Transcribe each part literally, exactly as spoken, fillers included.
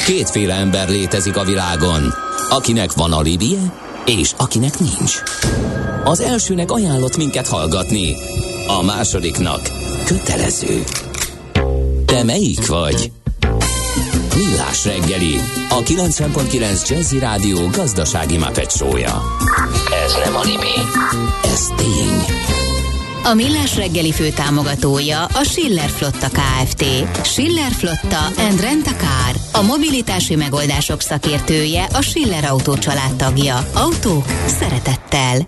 Kétféle ember létezik a világon, akinek van alibije, és akinek nincs. Az elsőnek ajánlott minket hallgatni, a másodiknak kötelező. Te melyik vagy? Millás reggeli, a kilencven pont kilenc Jazzy Rádió gazdasági Muppet show-ja. Ez nem anime, ez tény. A Millás reggeli főtámogatója a Schiller Flotta Kft. Schiller Flotta and Rent a Car. A mobilitási megoldások szakértője, a Schiller Autó család tagja. Autók szeretettel.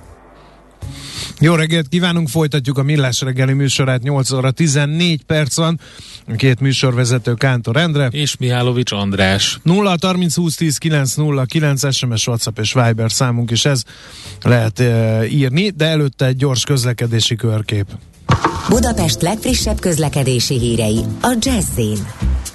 Jó reggelt kívánunk, folytatjuk a Millás reggeli műsorát, nyolc óra tizennégy perc van. Két műsorvezető, Kántor Endre és Mihálovics András. Nulla harminc húsz tíz kilenc nulla kilenc es em es, WhatsApp és Viber számunk is ez, lehet e, írni, de előtte egy gyors közlekedési körkép. Budapest legfrissebb közlekedési hírei a Jazz-in.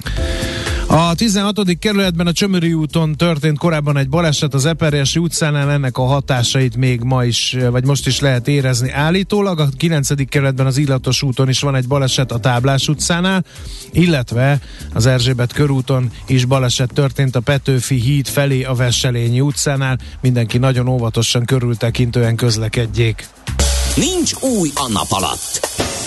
A tizenhatodik kerületben a Csömöri úton történt korábban egy baleset az Eperjesi utcánál, ennek a hatásait még ma is, vagy most is lehet érezni állítólag. A kilencedik kerületben az Illatos úton is van egy baleset a Táblás utcánál, illetve az Erzsébet körúton is baleset történt a Petőfi híd felé a Wesselényi utcánál. Mindenki nagyon óvatosan, körültekintően közlekedjék. Nincs új a nap alatt.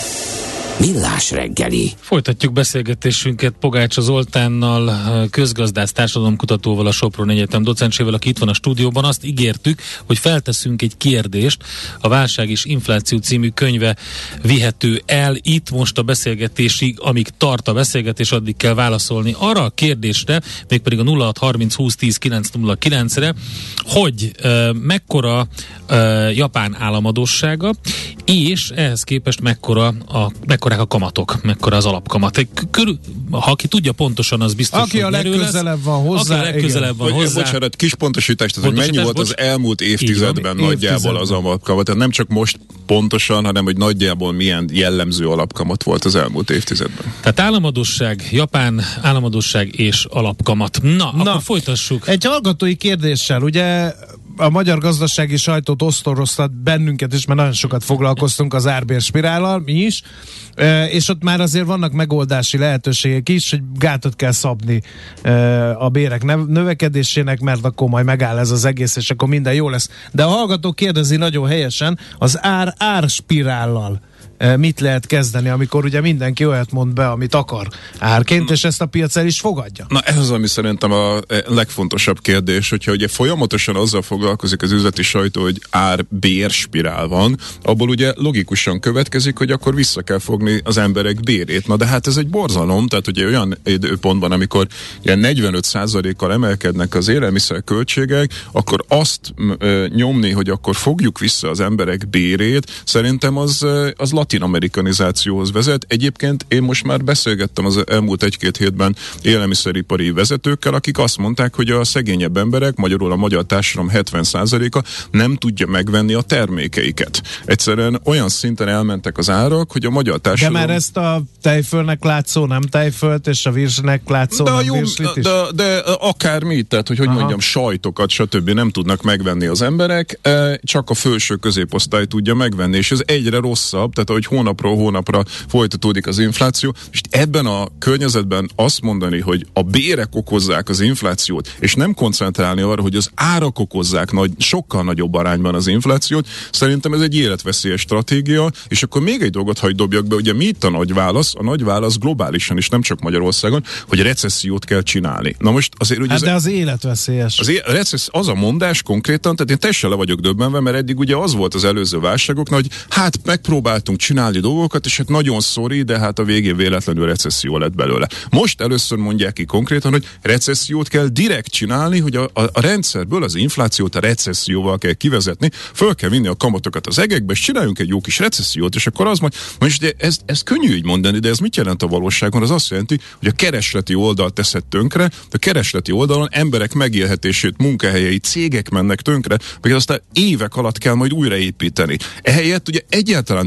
Millás reggeli. Folytatjuk beszélgetésünket Pogácsa Zoltánnal, közgazdász társadalomkutatóval, a Soproni Egyetem docensével, aki itt van a stúdióban. Azt ígértük, hogy felteszünk egy kérdést. A Válság és Infláció című könyve vihető el itt most a beszélgetésig, amíg tart a beszélgetés, addig kell válaszolni arra a kérdésre, mégpedig a nulla hat harminc húsz tíz kilenc nulla kilencre, hogy uh, mekkora uh, Japán államadóssága, és ehhez képest mekkora a, mekkorák a kamatok, mekkora az alapkamat. Körül, ha aki tudja pontosan, az biztos, aki hogy a legközelebb van hozzá. Aki a legközelebb van hozzá. Bocsánat, kis pontosítást, ez, hogy mennyi volt bocs. az elmúlt évtizedben van, nagyjából évtizedben. Az alapkamat. Tehát nem csak most pontosan, hanem hogy nagyjából milyen jellemző alapkamat volt az elmúlt évtizedben. Tehát államadósság, Japán államadósság és alapkamat. Na, Na, akkor folytassuk. Egy hallgatói kérdéssel, ugye a magyar gazdasági sajtót osztoroztat bennünket is, mert nagyon sokat foglalkoztunk az árbérspirállal, mi is, e, és ott már azért vannak megoldási lehetőségek is, hogy gátat kell szabni e, a bérek növekedésének, mert akkor majd megáll ez az egész, és akkor minden jó lesz. De a hallgató kérdezi nagyon helyesen, az ár árspirállal mit lehet kezdeni, amikor ugye mindenki olyat mond be, amit akar árként, és ezt a piac el is fogadja? Na ez az, ami szerintem a legfontosabb kérdés, hogyha ugye folyamatosan azzal foglalkozik az üzleti sajtó, hogy ár-bér spirál van, abból ugye logikusan következik, hogy akkor vissza kell fogni az emberek bérét. Na de hát ez egy borzalom, tehát ugye olyan időpontban, amikor ilyen negyvenöt százalékkal emelkednek az élelmiszerköltségek, akkor azt ö, nyomni, hogy akkor fogjuk vissza az emberek bérét, szerintem az, az latin-amerikanizációhoz vezet. Egyébként én most már beszélgettem az elmúlt egy-két hétben élelmiszeripari vezetőkkel, akik azt mondták, hogy a szegényebb emberek, magyarul a magyar társadalom hetven százaléka nem tudja megvenni a termékeiket. Egyszerűen olyan szinten elmentek az árak, hogy a magyar társadalom... De már ezt a tejfölnek látszó nem tejfölt, és a virsnek látszó de nem jó, virslit is? De, de akármi, tehát hogy, hogy mondjam, sajtokat, stb. Nem tudnak megvenni az emberek, csak a felső középosztály tudja megvenni, és ez egyre rosszabb, tehát hogy hónapról hónapra folytatódik az infláció, és ebben a környezetben azt mondani, hogy a bérek okozzák az inflációt, és nem koncentrálni arra, hogy az árak okozzák nagy, sokkal nagyobb arányban az inflációt, szerintem ez egy életveszélyes stratégia, és akkor még egy dolgot hagy dobjak be, ugye mi itt a nagy válasz? A nagy válasz globálisan is, nem csak Magyarországon, hogy recessziót kell csinálni. Na most azért ugye... Hát de az életveszélyes. Az, é- recessz, az a mondás konkrétan, tehát én teljesen le vagyok döbbenve, mert eddig ugye az volt az előző válságoknak, hogy hát megpróbáltunk csinálni dolgokat, és hát nagyon sorry, de hát a végén véletlenül recesszió lett belőle. Most először mondják ki konkrétan, hogy recessziót kell direkt csinálni, hogy a, a, a rendszerből az inflációt a recesszióval kell kivezetni, föl kell vinni a kamatokat az egekbe, és csináljunk egy jó kis recessziót, és akkor az majd, most ez, ez könnyű így mondani, de ez mit jelent a valóságon? Az azt jelenti, hogy a keresleti oldal teszed tönkre, a keresleti oldalon emberek megélhetését, munkahelyei, cégek mennek tönkre, meg aztán évek alatt kell majd újraépíteni. Ehelyett ugye egyáltalán nincs szükség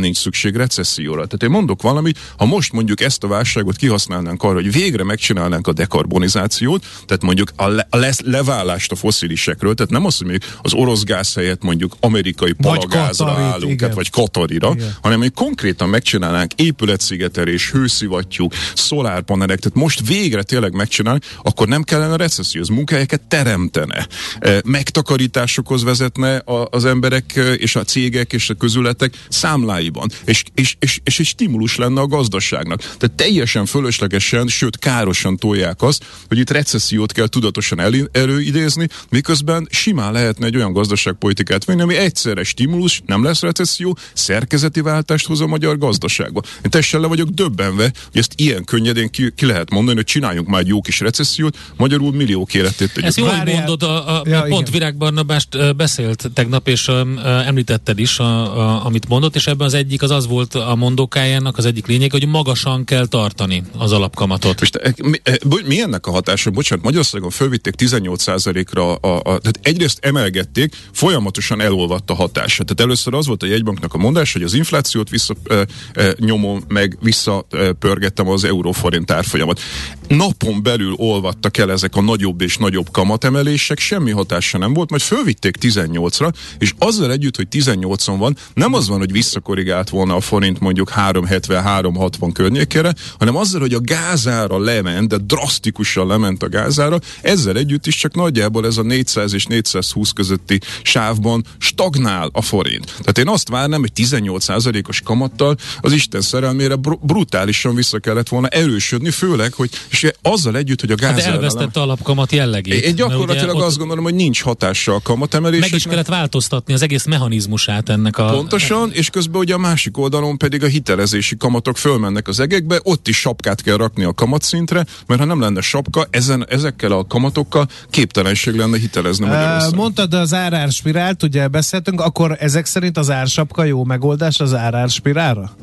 szükség recesszióra. Tehát én mondok valamit, ha most mondjuk ezt a válságot kihasználnánk arra, hogy végre megcsinálnánk a dekarbonizációt, tehát mondjuk a, le, a lesz, leválást a fosszilisekről, tehát nem azt, hogy még az orosz gáz helyett mondjuk amerikai palagázra állunk, igen. vagy katarira, igen. hanem hogy konkrétan megcsinálnánk épületszigetelés, hőszivattyúk, szolárpanelek, tehát most végre tényleg megcsinálni, akkor nem kellene a recesszió, az munkahelyeket teremtene. Megtakarításokhoz vezetne az emberek és a cégek és a közületek számláiban, és, és, és, és egy stimulus lenne a gazdaságnak. Tehát teljesen fölöslegesen, sőt károsan tolják azt, hogy itt recessziót kell tudatosan elő, előidézni, miközben simán lehetne egy olyan gazdaságpolitikát venni, ami egyszerre stimulus, nem lesz recesszió, szerkezeti váltást hoz a magyar gazdaságba. Én teljesen le vagyok döbbenve, hogy ezt ilyen könnyedén ki, ki lehet mondani, hogy csináljunk már egy jó kis recessziót, magyarul milliók életét tegyük. Ezt jól mondod, a, a, ja, pont igen. Virág Barnabást beszélt tegnap, és um, említetted is, a, a, amit mondott, és ebben az egyik az az volt a mondókájának, az egyik lényeg, hogy magasan kell tartani az alapkamatot. Most, mi, mi ennek a hatása? Bocsánat, Magyarországon fölvitték tizennyolc százalékra, a, a, tehát egyrészt emelgették, folyamatosan elolvadt a hatása. Tehát először az volt a jegybanknak a mondás, hogy az inflációt vissza e, e, nyomom, meg visszapörgettem az euró-forint árfolyamat. Napon belül olvadtak el ezek a nagyobb és nagyobb kamatemelések, semmi hatása nem volt, majd fölvitték tizennyolcra, és azzal együtt, hogy tizennyolcon van, nem az van, hogy visszakorrigált volna a forint mondjuk három hetven három hatvan környékére, hanem azzal, hogy a gázára lement, de drasztikusan lement a gázára, ezzel együtt is csak nagyjából ez a négyszáz és négyszázhúsz közötti sávban stagnál a forint. Tehát én azt várnám, hogy tizennyolc százalékos kamattal az Isten szerelmére br- brutálisan vissza kellett volna erősödni, főleg, hogy és azzal együtt, hogy a gázára... Hát elvesztette alapkamat jellegét. Én gyakorlatilag azt gondolom, hogy nincs hatással a kamatemeléseknek. Meg is kellett változtatni az egész mechanizmusát ennek a... Pontosan, és közben ugye a másik oldalon pedig a hitelezési kamatok fölmennek az egekbe, ott is sapkát kell rakni a kamatszintre, mert ha nem lenne sapka, ezen, ezekkel a kamatokkal képtelenség lenne hitelezni Magyarországon. Mondtad az árárspirált, ugye beszéltünk, akkor ezek szerint az ársapka jó megoldás az árárspirálra?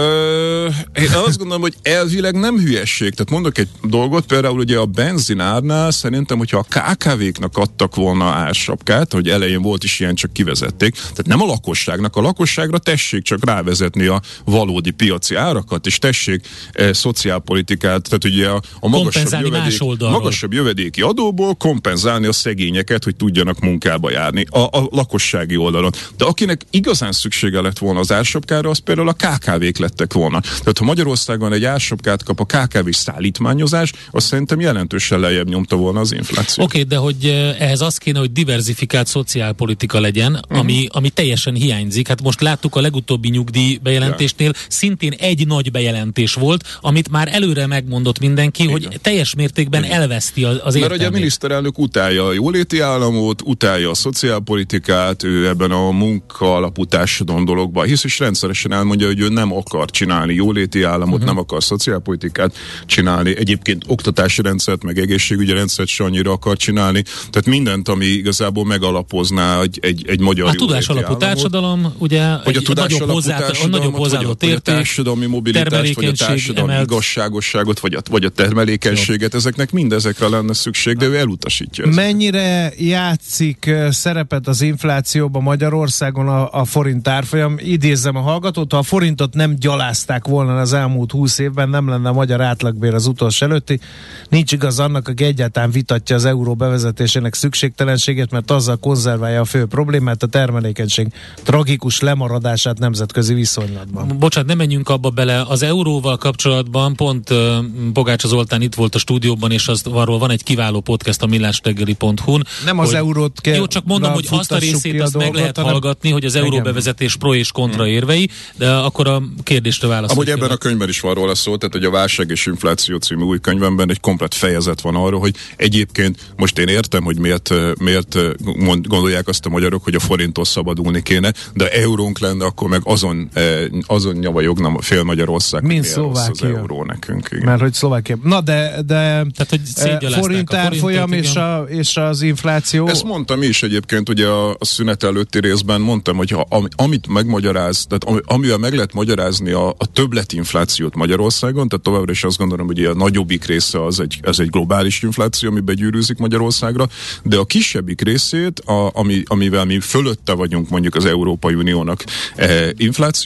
Ö, én azt gondolom, hogy elvileg nem hülyesség. Tehát mondok egy dolgot, például ugye a benzinárnál szerintem, hogyha a ká ká véknak adtak volna ársapkát, hogy elején volt is ilyen, csak kivezették, tehát nem a lakosságnak, a lakosságra tessék csak rávezetni a valódi piaci árakat, és tessék e, szociálpolitikát, tehát ugye a, a magasabb, jövedék, magasabb jövedéki adóból kompenzálni a szegényeket, hogy tudjanak munkába járni a, a lakossági oldalon. De akinek igazán szüksége lett volna az ársapkára, az például a ká ká vék lettek volna. Tehát ha Magyarországon egy ársapkát kap a ká ká vé szállítmányozás, azt szerintem jelentősen lejjebb nyomta volna az infláció. Oké, okay, de hogy ehhez az kéne, hogy diversifikált szociálpolitika legyen, uh-huh. ami, ami teljesen hiányzik. Hát most láttuk a legutóbbi nyugdíj bejelentésnél, ja. szintén egy nagy bejelentés volt, amit már előre megmondott mindenki, igen. hogy teljes mértékben igen. elveszti az, az értelmét. Mert ugye a miniszterelnök utálja a jóléti államot, utálja a szociálpolitikát, ő ebben a munka alapú társadalom dologban hisz, és rendszeresen elmondja, hogy ő nem akar csinálni jóléti államot, uh-huh. nem akar szociálpolitikát csinálni, egyébként oktatási rendszert, meg egészségügyi rendszert se annyira akar csinálni, tehát mindent, ami igazából megalapozná egy, egy, egy magyar a tudás alapú államot. Társadalom, ugye hogy a tudás alapú társadalmat, hozzáadott vagy a társadalmi mobilitást, vagy a társadalmi emelt. igazságosságot, vagy a, vagy a termelékenységet, jó. ezeknek mindezekre lenne szükség, de ő elutasítja ezeket. Mennyire játszik szerepet az inflációban Magyarországon a, a forint árfolyam? Idézzem a hallgatót, ha a forintot nem gyalázták volna az elmúlt húsz évben, nem lenne a magyar átlagbér az utolsó előtti. Nincs igaz annak, aki egyáltalán vitatja az euró bevezetésének szükségtelenségét, mert azzal konzerválja a fő problémát, a termelékenység tragikus lemaradását nemzetközi viszonylatban. Bocsánat, nem menjünk abba bele. Az euróval kapcsolatban pont uh, Pogácsa Zoltán itt volt a stúdióban, és az, arról van egy kiváló podcast a millásreggeli pont hu-n. Nem az eurót kell. Jó, csak mondom, hogy azt a részét azt meg lehet hanem... hallgatni, hogy az euróbevezetés pro és kontra érvei, de akkor a kérdésre válaszoljuk. Amúgy ebben a könyvben is van róla szó, tehát hogy a Válság és Infláció című új könyvemben egy komplet fejezet van arról, hogy egyébként most én értem, hogy miért, miért gondolják azt a magyarok, hogy a forinttól szabadulni kéne, de eurónk lenne, akkor meg azon, azon nyavajogna fél Magyarország, mint Szlovákia. Az euró nekünk. Igen. Mert hogy Szlovákia. Na de, de tehát, hogy forint árfolyam és, a, és az infláció. Ezt mondtam is egyébként, ugye a, a szünet előtti részben mondtam, hogy ha, amit megmagyaráz, tehát amivel meg lehet magyarázni a, a többletinflációt Magyarországon, tehát továbbra is azt gondolom, hogy a nagyobbik része az egy, az egy globális infláció, ami begyűrűzik Magyarországra, de a kisebbik részét, a, ami, amivel mi fölötte vagyunk mondjuk az Európai Uniónak e, inflációban,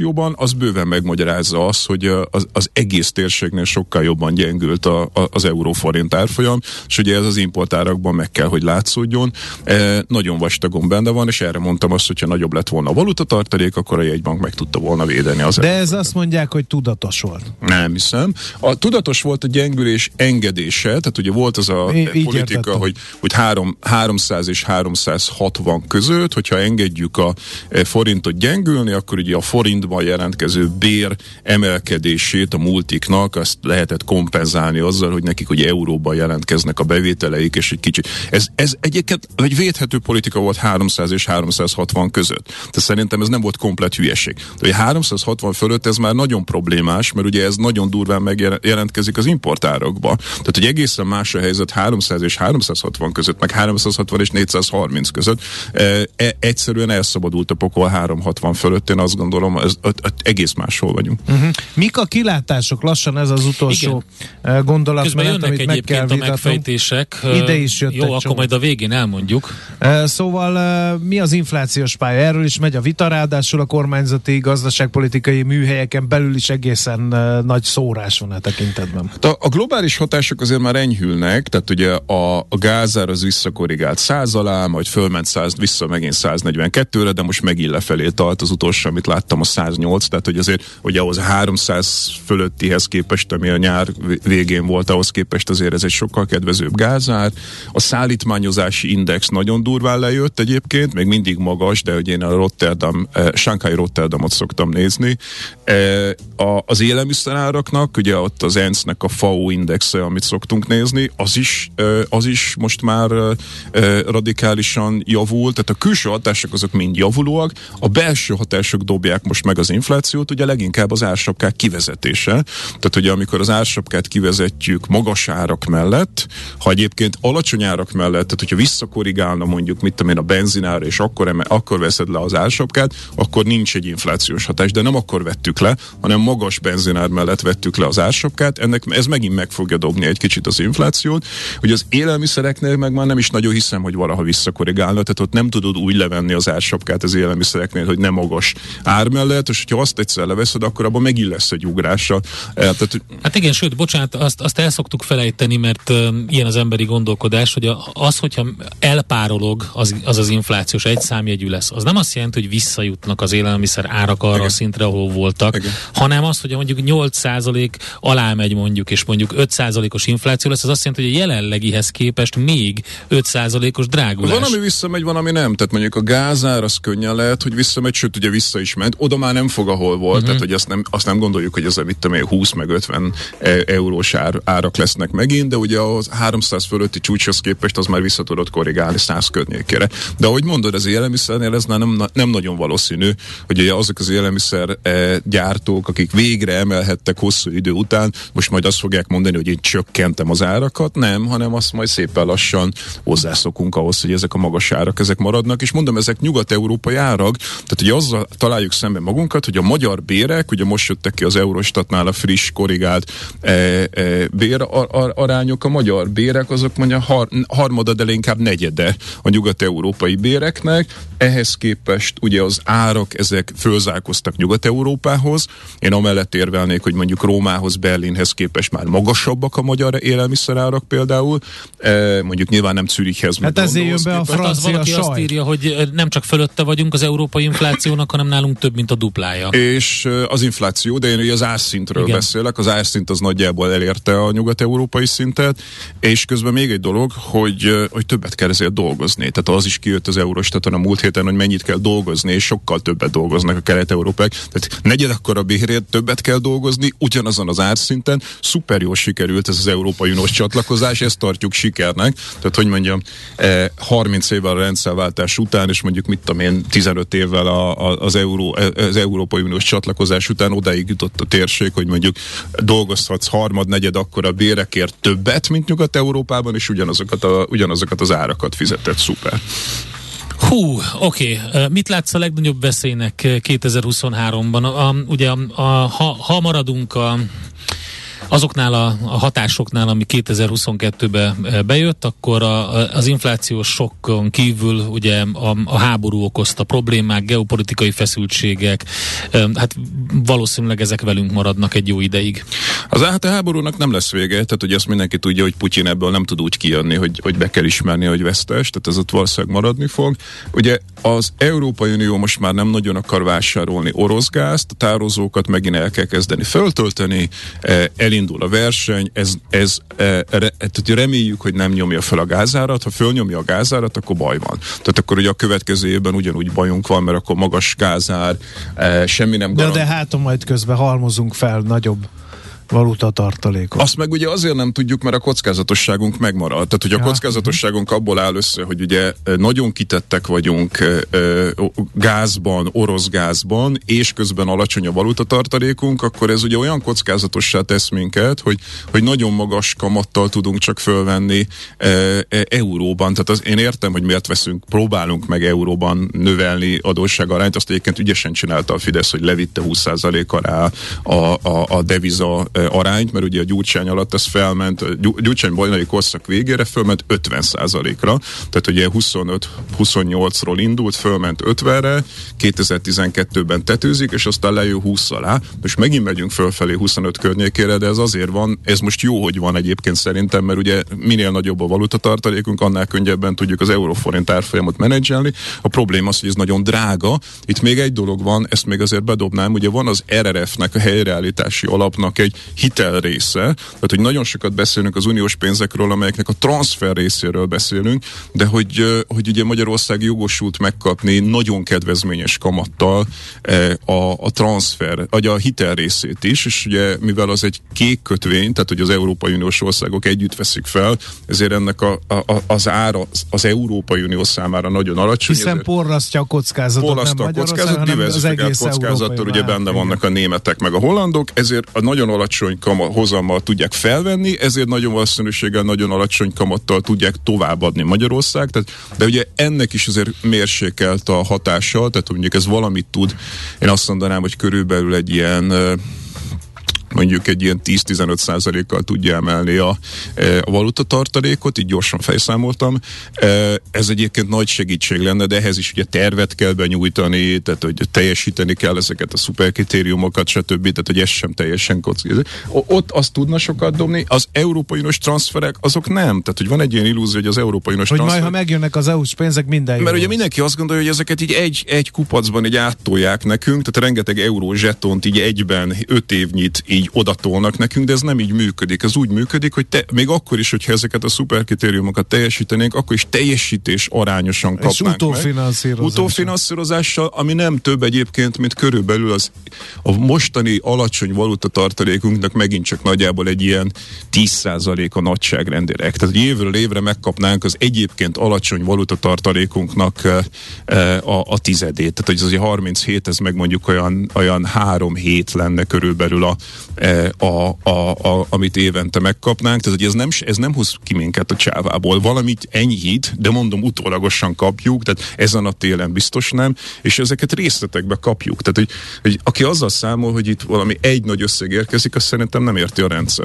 inflációban, az bőven megmagyarázza azt, hogy az, az egész térségnél sokkal jobban gyengült a, a, az euró-forint árfolyam, és ugye ez az importárakban meg kell, hogy látszódjon. E, nagyon vastagon benne van, és erre mondtam azt, hogyha nagyobb lett volna a valutatartalék, akkor a jegybank meg tudta volna védeni az. De ez azt mondják, hogy tudatos volt. Nem hiszem. A tudatos volt a gyengülés engedése, tehát ugye volt az a I- politika, hogy, hogy három, háromszáz és háromszázhatvan között, hogyha engedjük a forintot gyengülni, akkor ugye a forintban jelentkező bér emelkedését a multiknak azt lehetett kompenzálni azzal, hogy nekik ugye euróban jelentkeznek a bevételeik, és egy kicsit. Ez, ez egyébként egy védhető politika volt háromszáz és háromszázhatvan között. Tehát szerintem ez nem volt komplett hülyeség. De ugye háromszázhatvan fölött ez már nagyon problémás, mert ugye ez nagyon durván megjelentkezik az importárakba. Tehát, hogy egészen más a helyzet háromszáz és háromszázhatvan között, meg háromszázhatvan és négyszázharminc között. E, egyszerűen elszabadult a pokol háromszázhatvan fölött, én azt gondolom, ez, ez, ez egész máshol vagyunk. Uh-huh. Mik a kilátások? Lassan ez az utolsó Igen. gondolat. Közben menet, jönnek amit meg kell egyébként a megfejtések. Ide is jöttek. Jó, akkor csomó. majd a végén elmondjuk. Szóval mi az inflációs pálya? Erről is megy a vita, ráadásul a kormányzati gazdaságpolitikai műhelyeken belül is egészen nagy szórás van a tekintetben. A, a globális hatások azért már enyhülnek, tehát ugye a, a gázár az visszakorrigált száz alá, majd fölment száz, vissza megint száznegyvenkettőre, de most megint lefelé tart az utolsó, amit láttam, a száznyolc, tehát hogy azért ugye ahhoz háromszáz fölöttihez képest, ami a nyár végén volt, ahhoz képest azért ez egy sokkal kedvezőbb gázár. A szállítmányozási index nagyon durván lejött egyébként, még mindig magas, de hogy én a Rotterdam, eh, Shanghai Rotterdamot szoktam nézni. Eh, a, az élelmiszeráraknak, ugye ott az e en cé-nek a ef á o indexe, amit szoktunk nézni, az is, eh, az is most már eh, radikálisan javult, tehát a külső hatások azok mind javulóak, a belső hatások dobják most meg az inflációt, ugye leginkább az ársapkák kivezetése. Tehát ugye amikor az ársapkát kivezetjük magas árak mellett, ha egyébként alacsony árak mellett, tehát hogyha visszakorrigálna mondjuk, mit tudom én, a benzinára, és akkor, eme, akkor veszed le az ársapkát, akkor nincs egy inflációs hatás, de nem akkor vettük le, hanem magas benzinár mellett vettük le az ársapkát, ennek ez megint meg fogja dobni egy kicsit az inflációt. Ugye az élelmiszereknél meg már nem is nagyon hiszem, hogy valaha visszakorrigálna, tehát ott nem tudod úgy levenni az ársapkát az élelmiszereknél, hogy nem magas ár mellett, és hogyha azt egyszer leveszed, akkor abban megint lesz egy ugrásra. Tehát, hát igen, sőt, bocsánat, azt, azt el szoktuk felejteni, mert uh, ilyen az emberi gondolkodás, hogy a, az, hogyha elpárolog az, az az inflációs egy számjegyű lesz, az nem azt jelenti, hogy visszajutnak az élelmiszer árak arra igen. a szintre, ahol voltak, igen. hanem azt, hogy mondjuk nyolc százalék alá megy mondjuk, és mondjuk öt százalékos infláció lesz, az azt jelenti, hogy a jelenlegihez képest még öt százalékos drágulás. Van, ami visszamegy, van, ami nem. Tehát mondjuk a gázár az könnyen lehet, hogy visszamegy, sőt, ugye vissza is ment. Oda már nem fog, ahol volt, uh-huh. tehát hogy azt nem, azt nem gondoljuk, hogy ez a mit tudom én, húsz meg ötven eurós ár, árak lesznek megint, de ugye a háromszáz fölötti csúcshoz képest az már vissza tudott korrigálni száz környékére. De ahogy mondod, ez élelmiszernél ez nem, nem nagyon valószínű, hogy ugye azok az élelmiszer gyártók, akik végre emelhettek hosszú idő után, most majd azt fogják mondani, hogy én csökkentem az árakat, nem, hanem azt majd szépen lassan hozzászokunk ahhoz, hogy ezek a magas árak, ezek maradnak, és mondom, ezek nyugat-európai árak, tehát ugye azzal találjuk szemben magunkat, hogy a magyar bérek, ugye most jöttek ki az Eurostatnál a friss, korrigált e, e, bér ar, ar, arányok, a magyar bérek, azok mondja har, harmada, de inkább negyede a nyugat-európai béreknek, ehhez képest ugye az árak, ezek fölzárkoztak Nyugat-Európához, én amellett érvelnék, hogy mondjuk Rómához, Berlinhez képest már magasabbak a magyar élelmiszerárak például, e, mondjuk nyilván nem Zürichhez. Hát ezért jön be a francia hát az valaki sajt. Azt írja, hogy nem csak fölötte vagyunk az európai inflációnak, hanem nálunk több, mint a duplája. És az infláció, de én ugye az árszintről Igen. beszélek, az árszint az nagyjából elérte a nyugat-európai szintet, és közben még egy dolog, hogy, hogy többet kell ezért dolgozni. Tehát az is kijött az Eurostaton a múlt héten, hogy mennyit kell dolgozni, és sokkal többet dolgoznak a kelet-európaiak. Tehát negyed akkora bérért többet kell dolgozni, ugyanazon az árszinten. Szuper jól sikerült ez az Európai Uniós csatlakozás, ezt tartjuk sikernek. Tehát, hogy mondjam, harminc évvel a rendszerváltás után, és mondjuk mit tudom én, tizenöt évvel a, a, az, Euró, az Európai Uniós csatlakozás után odáig jutott a térség, hogy mondjuk dolgozhatsz harmad, negyed akkora bérekért többet, mint Nyugat-Európában, és ugyanazokat, a, ugyanazokat az árakat fizetett. Szuper. Hú, oké. Okay. Mit látsz a legnagyobb veszélynek kétezer-huszonháromban? A, ugye, a, a, ha, ha maradunk a azoknál a, a hatásoknál, ami kétezer-huszonkettőben bejött, akkor a, az inflációs sokkon kívül ugye a, a háború okozta problémák, geopolitikai feszültségek, hát valószínűleg ezek velünk maradnak egy jó ideig. Az hát a háborúnak nem lesz vége, tehát ugye azt mindenki tudja, hogy Putyin ebből nem tud úgy kijönni, hogy, hogy be kell ismerni, hogy vesztes, tehát ez ott valószínűleg maradni fog. Ugye az Európai Unió most már nem nagyon akar vásárolni orosz gázt, a tározókat megint el kell kezdeni föltölteni, elindul a verseny, ez, ez tehát reméljük, hogy nem nyomja fel a gázárat, ha fölnyomja a gázárat, akkor baj van. Tehát akkor ugye a következő évben ugyanúgy bajunk van, mert akkor magas gázár, semmi nem garant. De, de hát majd közben halmozunk fel nagyobb valutatartalékot. Azt meg ugye azért nem tudjuk, mert a kockázatosságunk megmarad. Tehát, hogy a ja. kockázatosságunk abból áll össze, hogy ugye nagyon kitettek vagyunk gázban, orosz gázban, és közben alacsony a valutatartalékunk, akkor ez ugye olyan kockázatossá tesz minket, hogy, hogy nagyon magas kamattal tudunk csak fölvenni e, e, euróban. Tehát az, én értem, hogy miért veszünk, próbálunk meg euróban növelni adósságarányt, azt egyébként ügyesen csinálta a Fidesz, hogy levitte húsz százalékra rá a, a, a deviza arányt, mert ugye a Gyurcsány alatt ez felment, a Gyurcsány bajnai korszak végére fölment ötven százalékra, tehát ugye huszonöt huszonnyolcról indult, fölment ötvenre, kétezer-tizenkettőben tetőzik, és aztán lejön húsz alá, és megint megyünk fölfelé huszonöt környékére, de ez azért van, ez most jó, hogy van egyébként szerintem, mert ugye minél nagyobb a valutatartalékunk, annál könnyebben tudjuk az euróforint árfolyamot menedzselni. A probléma az, hogy ez nagyon drága. Itt még egy dolog van, ezt még azért bedobnám, ugye van az er er ef-nek, a helyreállítási alapnak egy hitel része, tehát hogy nagyon sokat beszélünk az uniós pénzekről, amelyeknek a transfer részéről beszélünk, de hogy, hogy ugye Magyarország jogosult megkapni nagyon kedvezményes kamattal a, a transfer, vagy a hitel részét is, és ugye mivel az egy kék kötvény, tehát hogy az Európai Uniós országok együtt veszik fel, ezért ennek a, a, az ára az Európai Unió számára nagyon alacsony. Hiszen porrasztja a kockázatot, porrasztja nem a kockázat, diversifikált kockázattal, ugye benne vannak a németek meg a hollandok, ezért a nagyon alacsony kamat, hozammal tudják felvenni, ezért nagyon valószínűséggel nagyon alacsony kamattal tudják továbbadni Magyarország, tehát, de ugye ennek is azért mérsékelt a hatása, tehát mondjuk ez valamit tud, én azt mondanám, hogy körülbelül egy ilyen mondjuk egy ilyen tíz-tizenöt százalékkal tudja emelni a, a valutatartalékot, így gyorsan fejszámoltam. Ez egyébként nagy segítség lenne, de ehhez is ugye tervet kell benyújtani, tehát hogy teljesíteni kell ezeket a szuperkritériumokat, stb. Tehát hogy ez sem teljesen kockázat. Ott azt tudna sokat dobni, az Európai Uniós transferek, azok nem. Tehát, hogy van egy ilyen illúzió, hogy az Európai Uniós hogy transferek... majd, ha megjönnek az é u-s pénzek, minden jó. Mert ugye mindenki azt gondolja, hogy ezeket így egy, egy kupacban így áttolják nekünk, tehát rengeteg euró zsetont így egyben öt évnyit így odatolnak nekünk, de ez nem így működik. Ez úgy működik, hogy te, még akkor is, hogyha ezeket a szuperkritériumokat teljesítenénk, akkor is teljesítés arányosan kapnánk és utófinanszírozással. Utófinanszírozással, ami nem több egyébként, mint körülbelül az a mostani alacsony valutatartalékunknak megint csak nagyjából egy ilyen tíz százalék a nagyságrendérek. Tehát évről évre megkapnánk az egyébként alacsony valutatartalékunknak a, a tizedét. Tehát hogy az ugye harminchét, ez meg mondjuk olyan, olyan három hét lenne körülbelül a A, a, a, amit évente megkapnánk, tehát ez nem, ez nem hoz ki minket a csávából, valamit enyhít, de mondom utólagosan kapjuk, tehát ezen a télen biztos nem, és ezeket részletekbe kapjuk, tehát hogy, hogy aki azzal számol, hogy itt valami egy nagy összeg érkezik, azt szerintem nem érti a rendszer.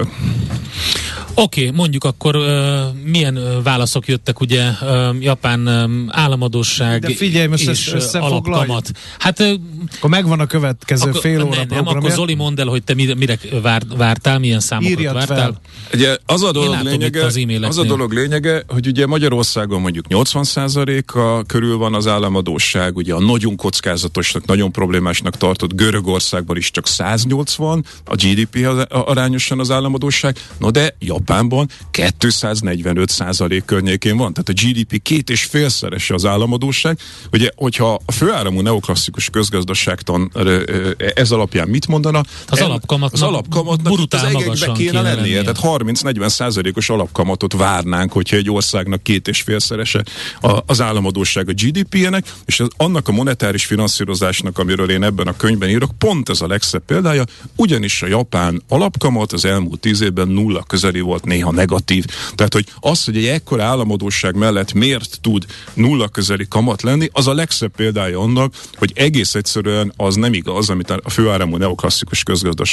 Oké, okay, mondjuk akkor uh, milyen uh, válaszok jöttek, ugye uh, Japán um, államadósság de figyelj, most és uh, alapkamat. Hát uh, akkor megvan a következő akkor, fél óra nem, programja. nem, akkor Zoli mondd el, hogy te mire, mire vár, vártál, milyen számokat írjad vártál. Fel. Ugye az a dolog látom, lényege, az, az a dolog lényege, hogy ugye Magyarországon mondjuk nyolcvan százaléka körül van az államadósság, ugye a nagyon kockázatosnak, nagyon problémásnak tartott Görögországban is csak száznyolcvan, a gé dé pé arányosan az államadósság, no de Japánban kétszáznegyvenöt százalék környékén van, tehát a gé dé pé két és félszerese az államadósság. Ugye, hogyha a főáramú neoklasszikus közgazdaságtan ez alapján mit mondana? Az el, alapkamatnak, az alapkamatnak brutál az egekbe kéne, kéne lennie, lennie. Tehát harminc-negyven százalékos alapkamatot várnánk, hogyha egy országnak két és félszerese az államadósság a gé dé pé-nek, és az, annak a monetáris finanszírozásnak, amiről én ebben a könyvben írok, pont ez a legszebb példája, ugyanis a japán alapkamat az elmúlt tíz évben nulla közeli volt, néha negatív. Tehát, hogy az, hogy egy ekkora államadósság mellett miért tud nulla közeli kamat lenni, az a legszebb példája annak, hogy egész egyszerűen az nem igaz, amit a főáramú neoklasszikus közgazdaságtan mond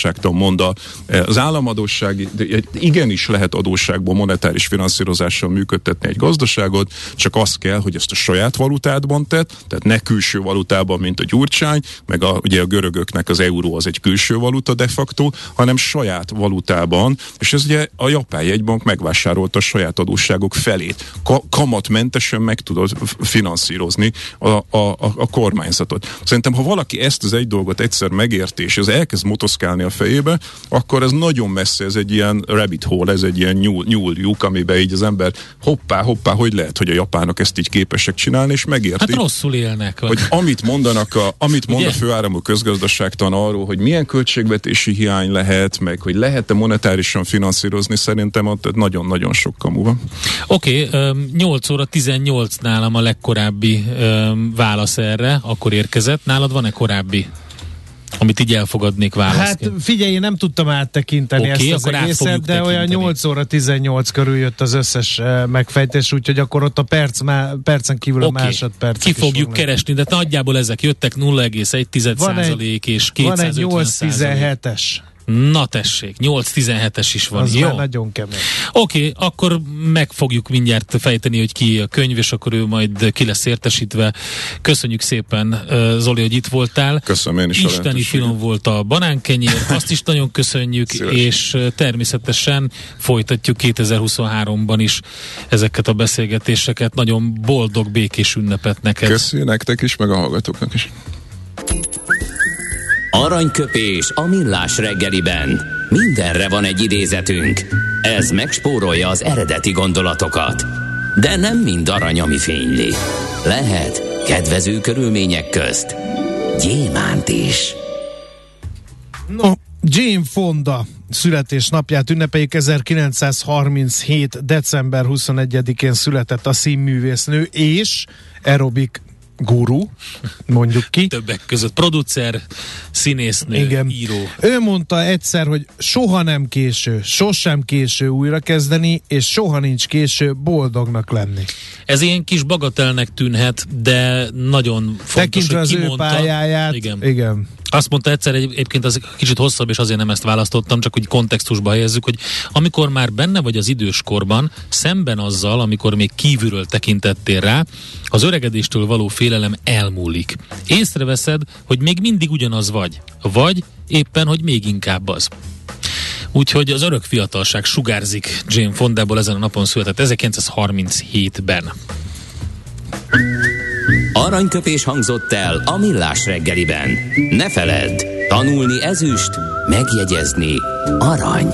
mond a, az államadósság, igenis lehet adósságból monetáris finanszírozással működtetni egy gazdaságot, csak az kell, hogy ezt a saját valutádban tett, tehát ne külső valutában, mint a Gyurcsány, meg a, ugye a görögöknek az euró az egy külső valuta de facto, hanem saját valutában, és ez ugye a Japán jegybank megvásárolta a saját adósságok felét. Ka- kamatmentesen meg tudod finanszírozni a, a, a, a kormányzatot. Szerintem, ha valaki ezt az egy dolgot egyszer megérti, és ez elkezd motoszkálni a fejébe, akkor ez nagyon messze, ez egy ilyen rabbit hole, ez egy ilyen nyúl, nyúljuk, amiben így az ember hoppá, hoppá, hogy lehet, hogy a japánok ezt így képesek csinálni, és megérti. Hát rosszul élnek. Hogy amit mondanak, a, amit mond a főáramú közgazdaságtan arról, hogy milyen költségvetési hiány lehet, meg hogy lehet-e monetárisan finanszírozni, szerintem ott nagyon-nagyon sok kamu van. Oké, okay, nyolc óra tizennyolc nálam a legkorábbi um, válasz erre, akkor érkezett. Nálad van-e korábbi, amit így elfogadnék válaszként? Hát figyelj, én nem tudtam áttekinteni okay, ezt az egészet, de olyan nyolc óra tizennyolc körül jött az összes uh, megfejtés, úgyhogy akkor ott a perc, má, percen kívül okay. a másodperc. Ki fogjuk keresni, de nagyjából ezek jöttek nulla egész egy százalék és kétszázötven van egy nyolc tizenhetes. Na tessék, nyolc tizenhetes is van. Az jó? Már nagyon kemény. Oké, okay, akkor meg fogjuk mindjárt fejteni, hogy ki a könyv, és akkor ő majd ki lesz értesítve. Köszönjük szépen, Zoli, hogy itt voltál. Köszönöm én is. Isteni finom volt a banánkenyér, azt is nagyon köszönjük, Szíves. És természetesen folytatjuk kétezer-huszonháromban is ezeket a beszélgetéseket. Nagyon boldog, békés ünnepet neked. Köszönjük nektek is, meg a hallgatóknak is. Aranyköpés a millás reggeliben. Mindenre van egy idézetünk. Ez megspórolja az eredeti gondolatokat. De nem mind arany, ami fényli. Lehet kedvező körülmények közt gyémánt is. No, Jane Fonda születésnapját ünnepeljük. ezerkilencszázharminchét. december huszonegyedikén született a színművésznő és aerobik guru, mondjuk ki. Többek között producer, színésznő, igen. író. Ő mondta egyszer, hogy soha nem késő, sosem késő újrakezdeni, és soha nincs késő boldognak lenni. Ez ilyen kis bagatelnek tűnhet, de nagyon fontos, tekintve hogy az kimondta. Ő pályáját, igen. igen. Azt mondta egyszer, egy, egyébként az kicsit hosszabb, és azért nem ezt választottam, csak hogy kontextusba helyezzük, hogy amikor már benne vagy az időskorban, szemben azzal, amikor még kívülről tekintettél rá, az öregedéstől való félelem elmúlik. Észreveszed, hogy még mindig ugyanaz vagy, vagy éppen, hogy még inkább az. Úgyhogy az örök fiatalság sugárzik Jane Fondából, ezen a napon született ezerkilencszázharminchétben. Aranyköpés hangzott el a millás reggeliben. Ne feledd, tanulni ezüst, megjegyezni arany.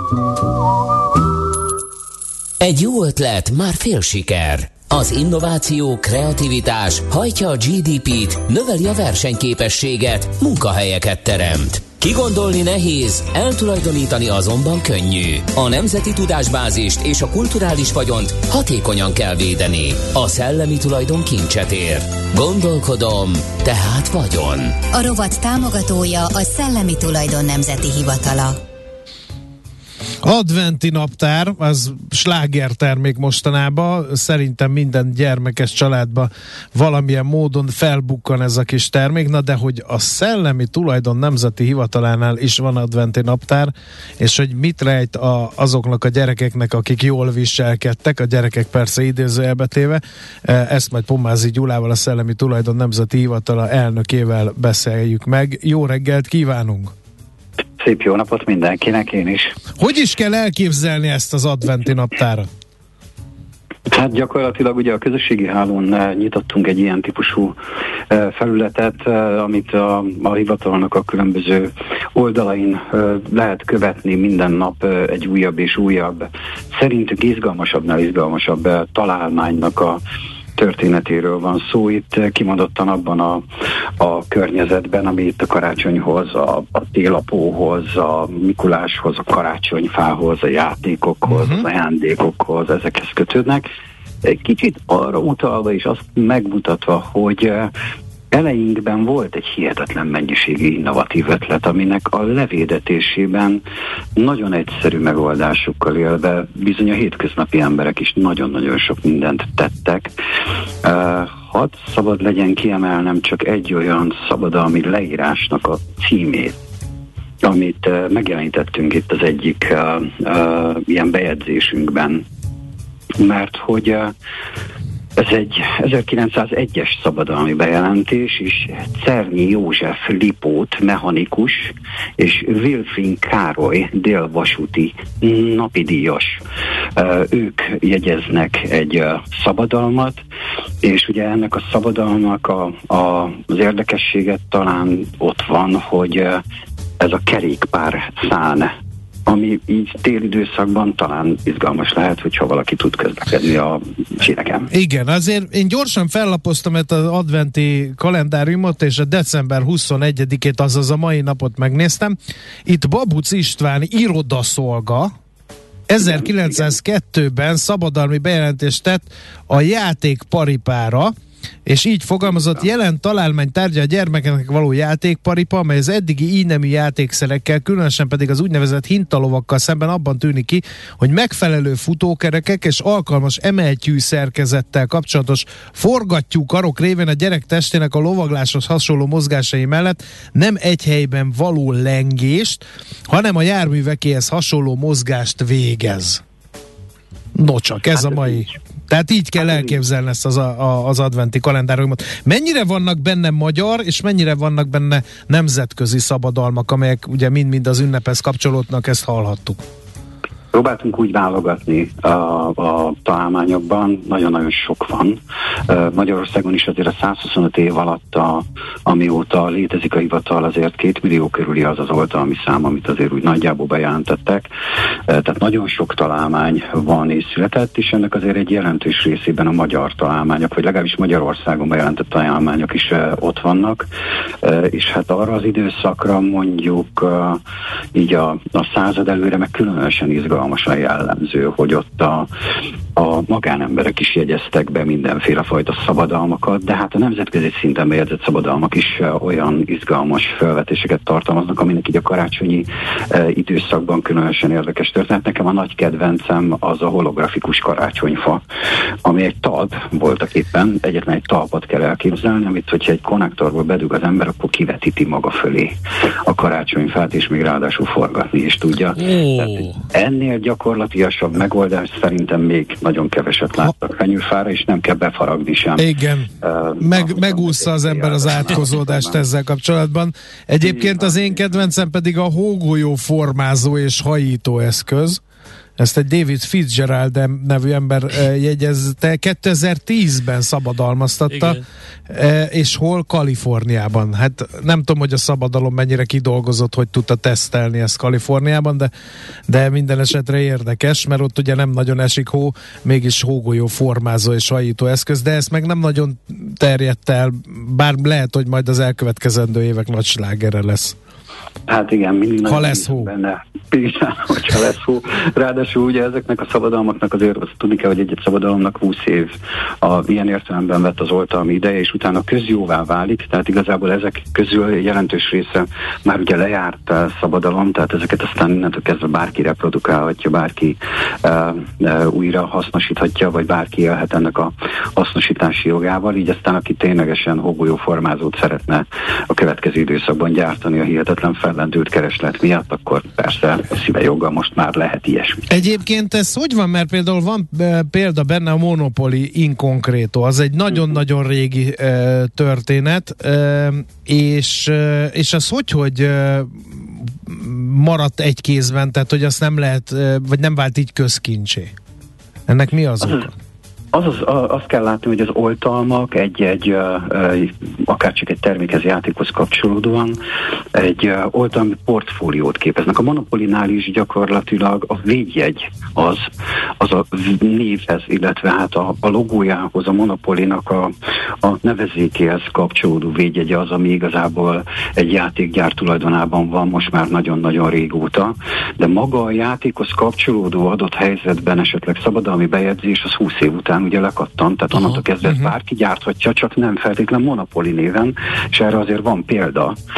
Egy jó ötlet, már fél siker. Az innováció, kreativitás hajtja a gé dé pét, növeli a versenyképességet, munkahelyeket teremt. Kigondolni nehéz, eltulajdonítani azonban könnyű. A nemzeti tudásbázist és a kulturális vagyont hatékonyan kell védeni. A szellemi tulajdon kincset ér. Gondolkodom, tehát vagyon. A rovat támogatója a Szellemi Tulajdon Nemzeti Hivatala. Adventi naptár, az slágertermék mostanában. Szerintem minden gyermekes családban valamilyen módon felbukkan ez a kis termék, na de hogy a Szellemi Tulajdon Nemzeti Hivatalánál is van adventi naptár, és hogy mit rejt a, azoknak a gyerekeknek, akik jól viselkedtek, a gyerekek persze idézőjelbe téve, ezt majd Pomázi Gyulával, a Szellemi Tulajdon Nemzeti Hivatala elnökével beszéljük meg. Jó reggelt kívánunk! Szép jó napot mindenkinek, én is. Hogy is kell elképzelni ezt az adventi naptárat? Hát gyakorlatilag ugye a közösségi hálón nyitottunk egy ilyen típusú felületet, amit a, a hivatalnak a különböző oldalain lehet követni minden nap egy újabb és újabb, szerintük izgalmasabbnál izgalmasabb találmánynak a történetéről van szó. Itt kimondottan abban a, a környezetben, ami itt a karácsonyhoz, a, a télapóhoz, a Mikuláshoz, a karácsonyfához, a játékokhoz, uh-huh. az ajándékokhoz, ezekhez kötődnek. Egy kicsit arra utalva és azt megmutatva, hogy Eleinkben volt egy hihetetlen mennyiségű innovatív ötlet, aminek a levédetésében nagyon egyszerű megoldásokkal élve bizony a hétköznapi emberek is nagyon-nagyon sok mindent tettek. Uh, hadd szabad legyen kiemelnem csak egy olyan szabadalmi leírásnak a címét, amit uh, megjelenítettünk itt az egyik uh, uh, ilyen bejegyzésünkben, mert hogy uh, ez egy ezerkilencszázegyes szabadalmi bejelentés, és Czernyi József Lipót, mechanikus, és Wilfrin Károly délvasúti napidíjas. Ők jegyeznek egy szabadalmat, és ugye ennek a szabadalmak a, a, az érdekességet talán ott van, hogy ez a kerékpár szán, ami így télidőszakban talán izgalmas lehet, hogyha valaki tud közlekedni a síneken. Igen, azért én gyorsan fellapoztam ezt az adventi kalendáriumot, és a december huszonegyedikét, azaz a mai napot megnéztem. Itt Babuc István irodaszolga ezerkilencszázkettőben szabadalmi bejelentést tett a játékparipára, és így fogalmazott: jelen találmány tárgya a gyermekeknek való játékparipa, amely az eddigi így nemű játékszerekkel, különösen pedig az úgynevezett hintalovakkal szemben abban tűnik ki, hogy megfelelő futókerekek és alkalmas emeltyű szerkezettel kapcsolatos forgattyú karok révén a gyerek testének a lovagláshoz hasonló mozgásai mellett nem egy helyben való lengést, hanem a járművekéhez hasonló mozgást végez. No csak, ez hát a mai... Tehát így kell hát elképzelni ezt az, a, az adventi kalendáriumot. Mennyire vannak benne magyar, és mennyire vannak benne nemzetközi szabadalmak, amelyek ugye mind-mind az ünnephez kapcsolódnak, ezt hallhattuk. Próbáltunk úgy válogatni a, a találmányokban, nagyon-nagyon sok van. Magyarországon is azért a százhuszonöt év alatt, a, amióta létezik a hivatal, azért két millió körüli az az oltalmi szám, amit azért úgy nagyjából bejelentettek. Tehát nagyon sok találmány van és született, és ennek azért egy jelentős részében a magyar találmányok, vagy legalábbis Magyarországon bejelentett találmányok is ott vannak. És hát arra az időszakra mondjuk így a, a század előre meg különösen izgalmas a jellemző, hogy ott a, a magánemberek is jegyeztek be mindenféle fajta szabadalmakat, de hát a nemzetközi szinten bejegyzett szabadalmak is olyan izgalmas felvetéseket tartalmaznak, aminek így a karácsonyi e, időszakban különösen érdekes történet. Nekem a nagy kedvencem az a holografikus karácsonyfa, ami egy talp voltak éppen, egyetlen egy talpat kell elképzelni, amit hogyha egy konnektorból bedug az ember, akkor kivetíti maga fölé a karácsonyfát, és még ráadásul forgatni is tudja. Oh. Ennél gyakorlatilasabb megoldás szerintem még nagyon keveset láttak fenyőfára, és nem kell befaragni sem. Igen, uh, Meg, megúszza az ember az átkozódást ezzel kapcsolatban. Egyébként az én kedvencem pedig a hógolyó formázó és hajító eszköz. Ezt egy David Fitzgerald nevű ember jegyezte, kétezer-tízben szabadalmaztatta, igen. És hol? Kaliforniában. Hát nem tudom, hogy a szabadalom mennyire kidolgozott, hogy tudta tesztelni ezt Kaliforniában, de, de minden esetre érdekes, mert ott ugye nem nagyon esik hó, mégis hógolyó formázó és hajító eszköz, de ezt meg nem nagyon terjedt el, bár lehet, hogy majd az elkövetkezendő évek nagy slágere lesz. Hát igen, mindig ha lesz hó. Benne. Igen, hogyha lesz hó. Ráadásul ugye ezeknek a szabadalmaknak azért azt tudni kell, hogy egy-egy szabadalomnak húsz év a ilyen értelemben vett az oltalmi ideje, és utána közjóvá válik, tehát igazából ezek közül jelentős része már ugye lejárt szabadalom, tehát ezeket aztán innentől kezdve bárki reprodukálhatja, bárki uh, uh, újra hasznosíthatja, vagy bárki élhet ennek a hasznosítási jogával, így aztán aki ténylegesen hógolyó formázót szeretne a következő időszakban gyártani a hihetetlen fellendült kereslet miatt, akkor persze szíve joggal most már lehet ilyesmi. Egyébként ez hogy van, mert például van e, példa benne a Monopoly in concreto, az egy nagyon-nagyon régi e, történet, e, és, e, és az hogy, hogy e, maradt egy kézben, tehát hogy azt nem lehet, e, vagy nem vált így közkincsé. Ennek mi az oka? Az, az, azt kell látni, hogy az oltalmak egy-egy, uh, akár csak egy termékhez, játékhoz kapcsolódóan egy uh, oltalmi portfóliót képeznek. A Monopolinál is gyakorlatilag a védjegy az, az a névhez, illetve hát a, a logójához, a Monopolinak a, a nevezékéhez kapcsolódó védjegye az, ami igazából egy játékgyár tulajdonában van most már nagyon-nagyon régóta, de maga a játékhoz kapcsolódó adott helyzetben esetleg szabadalmi bejegyzés az húsz év után ugye lekattant, tehát onnantól kezdve uh-huh. bárki gyárthatja, csak nem feltétlen Monopoly néven, és erre azért van példa.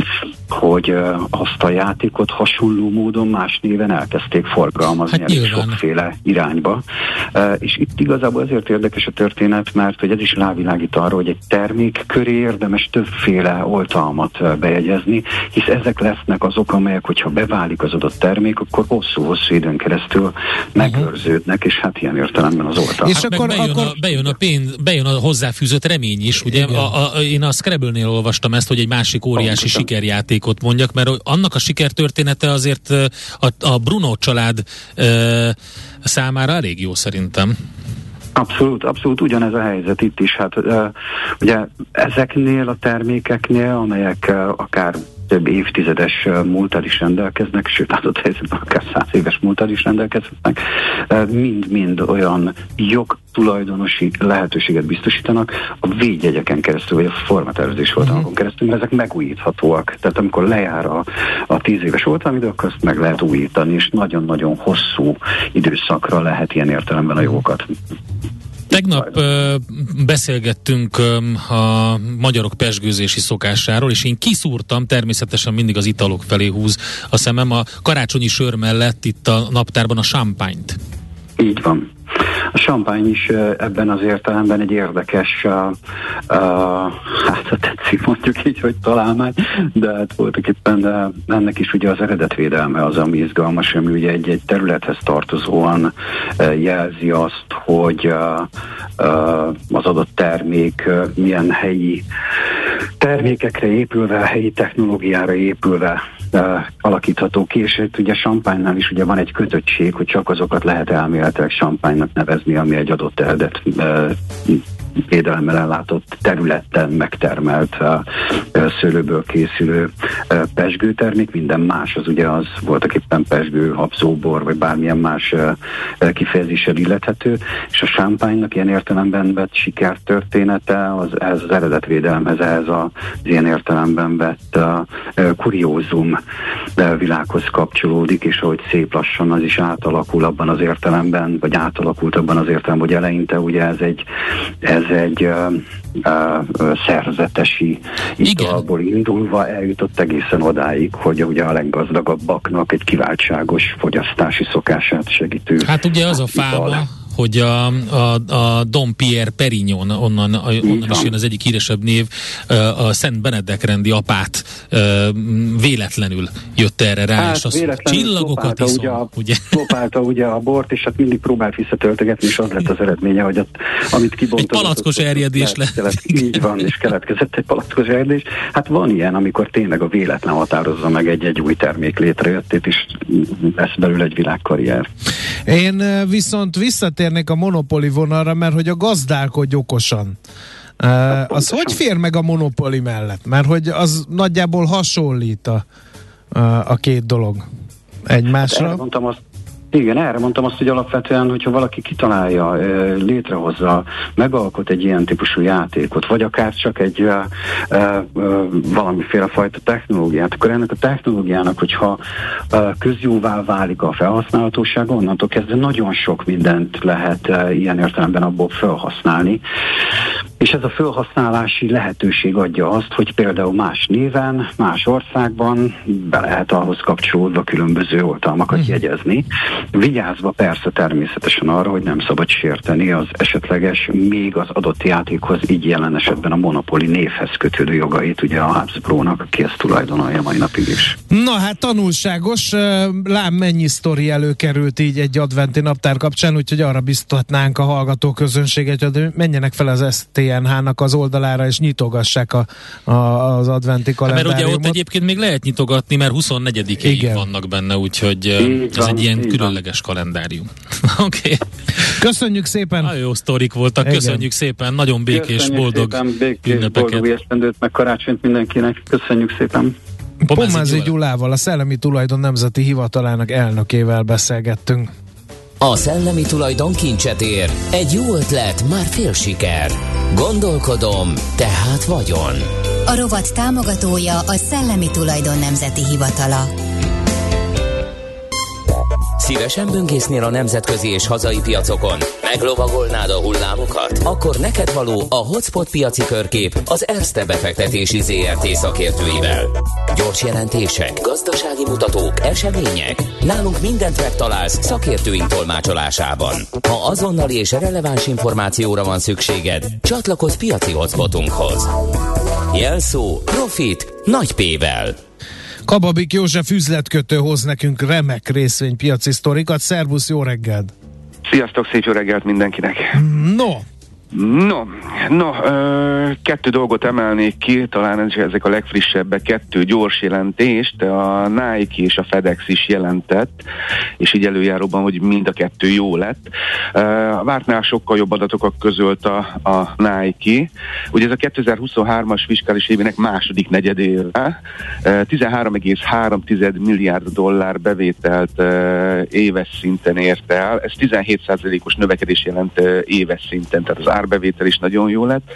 hogy azt a játékot hasonló módon más néven elkezdték forgalmazni hát sokféle irányba. És itt igazából azért érdekes a történet, mert hogy ez is rávilágít arra, hogy egy termék köré érdemes többféle oltalmat bejegyezni, hisz ezek lesznek azok, amelyek, hogyha beválik az adott termék, akkor hosszú-hosszú időn keresztül megőrződnek, és hát ilyen értelemben az oltalmat. És hát akkor, bejön, akkor... A, bejön, a pénz, bejön a hozzáfűzött remény is, ugye? A, a, én a Scrabble-nél olvastam ezt, hogy egy másik óriási Pontosan. sikerjátékot mondjak, mert annak a sikertörténete azért a, a Bruno család e, számára elég jó szerintem. Abszolút, abszolút ugyanez a helyzet itt is. Hát uh, ugye ezeknél a termékeknél, amelyek uh, akár több évtizedes uh, múlttal is rendelkeznek, sőt adott helyzetben akár száz éves múlttal is rendelkeznek, uh, mind-mind olyan jogtulajdonosi lehetőséget biztosítanak a védjegyeken keresztül, vagy a formatervezés oltalmakon keresztül, mert ezek megújíthatóak. Tehát amikor lejár a, a tíz éves oltalmidő, akkor azt meg lehet újítani, és nagyon-nagyon hosszú időszakra lehet ilyen értelemben a jogokat. Tegnap ö, beszélgettünk ö, a magyarok pezsgőzési szokásáról, és én kiszúrtam, természetesen mindig az italok felé húz a szemem, a karácsonyi sör mellett itt a naptárban a champagnyt. Így van. A champagne is ebben az értelemben egy érdekes, uh, uh, hát ha tetszik mondjuk így, hogy találmány, de hát voltak éppen de ennek is ugye az eredetvédelme az, ami izgalmas, ami ugye egy-egy területhez tartozóan uh, jelzi azt, hogy uh, uh, az adott termék uh, milyen helyi termékekre épülve, helyi technológiára épülve uh, alakítható ki, és itt ugye champagne-nál is ugye van egy kötöttség, hogy csak azokat lehet elméletileg champagne-nak nevezni, ami egy adott eredet uh, védelemmel ellátott területen megtermelt uh, szőlőből készülő uh, pezsgőtermék, minden más, az ugye az voltak éppen pezsgő, habzóbor, vagy bármilyen más uh, kifejezéssel illethető, és a champagne-nak ilyen értelemben vett sikertörténete az, ez az eredetvédelemhez, ehhez az ilyen értelemben vett uh, uh, kuriózum uh, világhoz kapcsolódik, és ahogy szép lassan az is átalakul abban az értelemben, vagy átalakult abban az értelemben, hogy eleinte ugye ez egy ez egy uh, uh, szerzetesi italból indulva eljutott egészen odáig, hogy ugye a leggazdagabbaknak egy kiváltságos fogyasztási szokását segítő. Hát ugye az a fáma, ital. hogy a, a, a Dom Pierre Perignon, onnan, a, onnan is jön az egyik híresebb név, a Szent Benedek rendi apát véletlenül jött erre rá, hát, és azt csillagokat iszom. Ugye, a, ugye? Lopálta ugye a bort, és hát mindig próbált visszatöltögetni, és az lett az eredménye, hogy ott, amit kibontott. Egy palackos erjedés lett. lett. Így van, és keletkezett egy palackos erjedés. Hát van ilyen, amikor tényleg a véletlen határozza meg egy-egy új termék létrejöttét, és lesz belőle egy világkarrier. Én viszont visszatérnék a Monopoly vonalra, mert hogy a gazdálkodj okosan. Uh, az hogy fér meg a Monopoly mellett? Mert hogy az nagyjából hasonlít a, a két dolog egymásra. Hát erre mondtam azt, igen, erre mondtam azt, hogy alapvetően, hogyha valaki kitalálja, létrehozza, megalkot egy ilyen típusú játékot, vagy akár csak egy uh, uh, valamiféle fajta technológiát, akkor ennek a technológiának, hogyha uh, közjóvá válik a felhasználhatósága, onnantól kezdve nagyon sok mindent lehet uh, ilyen értelemben abból felhasználni. És ez a felhasználási lehetőség adja azt, hogy például más néven, más országban be lehet ahhoz kapcsolódva különböző oltalmakat uh-huh. jegyezni. Vigyázva persze természetesen arra, hogy nem szabad sérteni az esetleges, még az adott játékhoz, így jelen esetben a Monopoly névhez kötődő jogait, ugye a Hasbrónak, aki ezt tulajdonolja mai napig is. Na hát tanulságos, lám mennyi sztori előkerült így egy adventi naptár kapcsán, úgyhogy arra biztatnánk a hallgató közönséget, hogy menjenek fel az es té en há-nak az oldalára, és nyitogassák a, a, az adventi kalendáriumot. Mert ugye ott egyébként még lehet nyitogatni, mert huszonnegyedikéig vannak benne, úgyhogy így ez van, egy ilyen különleges van. Kalendárium. Oké. Okay. Köszönjük szépen! Nagyon jó sztorik voltak, igen. Köszönjük szépen, nagyon békés, köszönjük boldog szépen, békés, ünnepeket. Boldog esztendőt, meg karácsonyt mindenkinek. Köszönjük szépen! Pomázi Gyulával, a Szellemi Tulajdon Nemzeti Hivatalának elnökével beszélgettünk. A szellemi tulajdon kincset ér. Egy jó ötlet, már fél siker. Gondolkodom, tehát vagyon. A rovat támogatója a Szellemi Tulajdon Nemzeti Hivatala. Szívesen böngésznél a nemzetközi és hazai piacokon? Meglovagolnád a hullámokat? Akkor neked való a Hotspot piaci körkép az Erste befektetési zé er té szakértőivel. Gyors jelentések, gazdasági mutatók, események. Nálunk mindent megtalálsz szakértőink tolmácsolásában. Ha azonnali és releváns információra van szükséged, csatlakozz piaci hotspotunkhoz. Jelszó Profit nagy P-vel. Kababik József üzletkötő hoz nekünk remek részvénypiaci sztorikat. Szervusz, jó reggelt! Sziasztok, szép jó reggelt mindenkinek! No! No, no ö, kettő dolgot emelnék ki, talán ezek a legfrissebbek, kettő gyors jelentést, a Nike és a FedEx is jelentett, és így előjáróban, hogy mind a kettő jó lett. Ö, a vártnál sokkal jobb adatokat közölt a, a Nike. Ugye ez a kétezer-huszonhármas fiskális évének második negyedéve, tizenhárom egész három milliárd dollár bevételt ö, éves szinten ért el, ez tizenhét százalékos növekedés jelent ö, éves szinten, tehát az árbevétel is nagyon jó lett,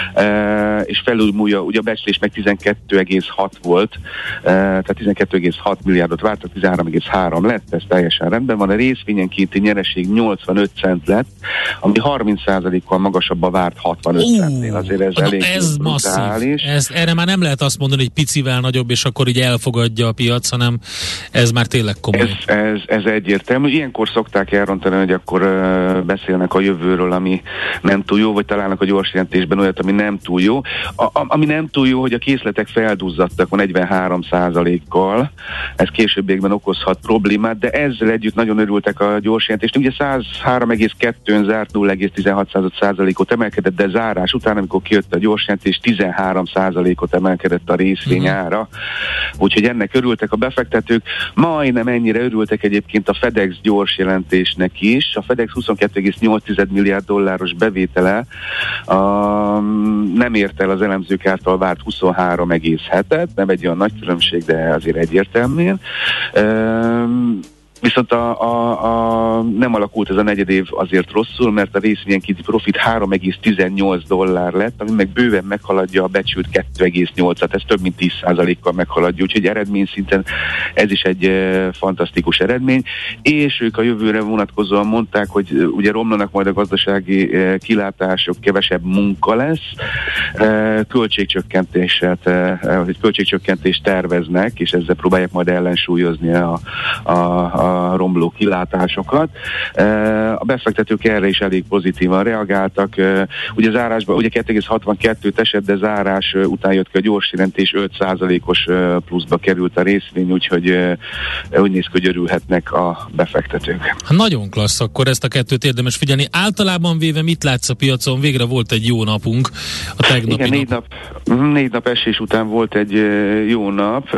e, és felülmúlja, ugye a becslés meg tizenkettő egész hat volt, e, tehát tizenkettő egész hat milliárdot vártak, tizenhárom egész három lett, ez teljesen rendben van. A részvényenkénti nyereség nyolcvanöt cent lett, ami harminc százalékkal magasabb a várt hatvanöt uh, centnél, azért ez na, elég ez masszív. Ez, erre már nem lehet azt mondani, hogy picivel nagyobb, és akkor így elfogadja a piac, hanem ez már tényleg komoly. Ez, ez, ez egyértelmű. Ilyenkor szokták elrontani, hogy akkor uh, beszélnek a jövőről, ami nem túl jó, vagy találnak a gyors jelentésben olyat, ami nem túl jó. A, a, ami nem túl jó, hogy a készletek felduzzadtak a negyvenhárom százalékkal, ez későbbiekben okozhat problémát, de ezzel együtt nagyon örültek a gyors jelentést. Ugye száz három egész kettőn zárt, nulla egész tizenhat százalékot emelkedett, de zárás után, amikor kijött a gyors jelentés, tizenhárom százalékot emelkedett a részvény ára. Úgyhogy ennek örültek a befektetők. Majdnem ennyire örültek egyébként a FedEx gyors jelentésnek is. A FedEx huszonkettő egész nyolc milliárd dolláros bevétele a, nem ért el az elemzők által várt huszonhárom egész hetet, nem egy olyan nagy különbség, de azért egyértelműen. Um, Viszont a, a, a, nem alakult ez a negyedév azért rosszul, mert a részvényenkénti profit három egész tizennyolc dollár lett, ami meg bőven meghaladja a becsült kettő egész nyolcat, ez több mint tíz százalékkal meghaladja, úgyhogy eredmény szinten ez is egy e, fantasztikus eredmény, és ők a jövőre vonatkozóan mondták, hogy ugye romlanak majd a gazdasági e, kilátások, kevesebb munka lesz, e, költségcsökkentéset, e, hogy költségcsökkentést terveznek, és ezzel próbálják majd ellensúlyozni a, a, a a romló kilátásokat. A befektetők erre is elég pozitívan reagáltak. Ugye zárásban, ugye kettő egész hatvankettőt esett, de zárás után jött ki a gyors jelentés, öt százalékos pluszba került a részvény, úgyhogy úgy néz ki, hogy örülhetnek a befektetők. Nagyon klassz, akkor ezt a kettőt érdemes figyelni. Általában véve mit látsz a piacon? Végre volt egy jó napunk a tegnapi Igen, négy nap. nap. Négy nap esés után volt egy jó nap.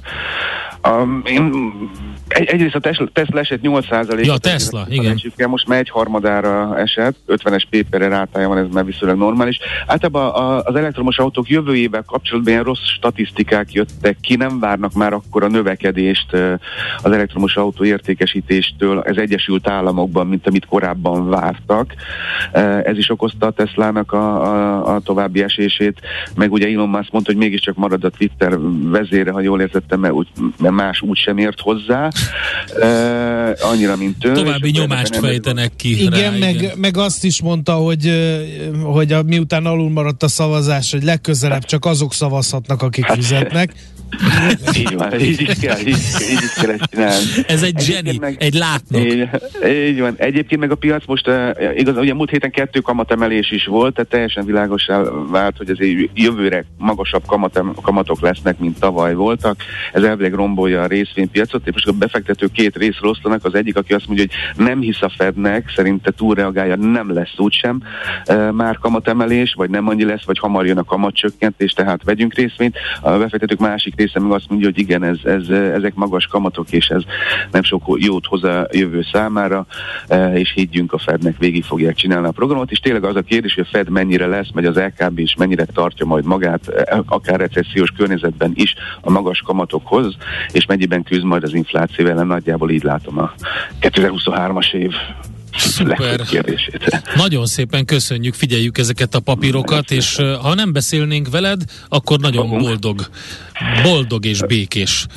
Um, én, egy, egyrészt a Tesla esett nyolc százalékot. Ja, Tesla, igen. El, most már egy harmadára esett, ötvenes pé-re rátája van, ez már viszonylag normális. Általában az elektromos autók jövőjével kapcsolatban ilyen rossz statisztikák jöttek ki, nem várnak már akkor a növekedést az elektromos autó értékesítéstől az Egyesült Államokban, mint amit korábban vártak. Ez is okozta a Teslának a, a, a további esését, meg ugye Elon Musk mondta, hogy mégiscsak marad a Twitter vezére, ha jól értettem, mert, úgy, mert más úgy sem ért hozzá, uh, annyira, mint ő. További nyomást fejtenek ki igen, rá, meg, igen. meg azt is mondta, hogy, hogy a, miután alul maradt a szavazás, hogy legközelebb csak azok szavazhatnak, akik hát, fizetnek. Így van, így is kell, így, így is kell ezt csinálni. Ez egy zseni, meg, egy látnok. Így, így van. Egyébként meg a piac most, uh, igaz, ugye múlt héten kettő kamatemelés is volt, tehát teljesen világosá vált, hogy azért jövőre magasabb kamatem, kamatok lesznek, mint tavaly voltak. Ez elvileg rombolja a részvénypiacot, és most a befektetők két részre osztanak. Az egyik, aki azt mondja, hogy nem hisz a Fednek, szerinte túlreagálja, nem lesz úgysem uh, már kamatemelés, vagy nem annyi lesz, vagy hamar jön a kamatcsökkentés, tehát vegyünk részvényt. A befektetők másik része meg azt mondja, hogy igen, ez, ez, ezek magas kamatok, és ez nem sok jót hoz a jövő számára, és higgyünk a Fednek, végig fogják csinálni a programot, és tényleg az a kérdés, hogy a Fed mennyire lesz, vagy az é ká bé is mennyire tartja majd magát, akár recessziós környezetben is a magas kamatokhoz, és mennyiben küzd majd az infláció ellen, nagyjából így látom a kétezer-huszonhármas év. Szuper. Nagyon szépen köszönjük, figyeljük ezeket a papírokat, és uh, ha nem beszélnénk veled, akkor nagyon boldog, boldog és békés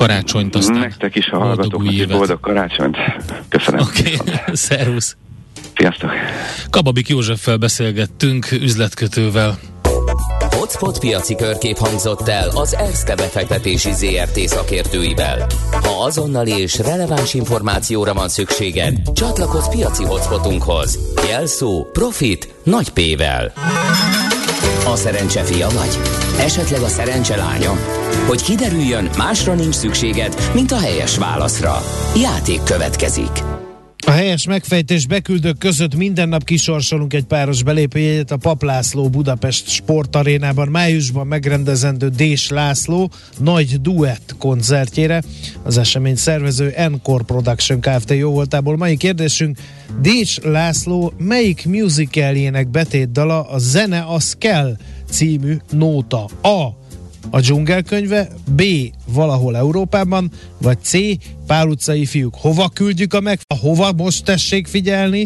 karácsonyt, aztán nektek is a hallgatóknak is boldog karácsonyt. Köszönöm. Oké, okay. Szervusz. Sziasztok. Kababik Józseffel beszélgettünk, üzletkötővel. Hotspot piaci körkép hangzott el az Erste befektetési zé er té szakértőivel. Ha azonnali és releváns információra van szükséged, csatlakozz piaci hotspotunkhoz. Jelszó Profit nagy P-vel. A szerencse fia vagy? Esetleg a szerencse lánya? Hogy kiderüljön, másra nincs szükséged, mint a helyes válaszra. Játék következik. A helyes megfejtés beküldők között minden nap kisorsolunk egy páros belépőjegyet a Pap László Budapest Sportarénában májusban megrendezendő Dés László nagy duett koncertjére. Az esemény szervező Encore Production Kft. Jóvoltából. Mai kérdésünk: Dés László melyik musicaljének betétdala a Zene az kell című nóta? A. A dzsungelkönyve, B. Valahol Európában, vagy C. Pál utcai fiúk. Hova küldjük a meg... Hova most tessék figyelni?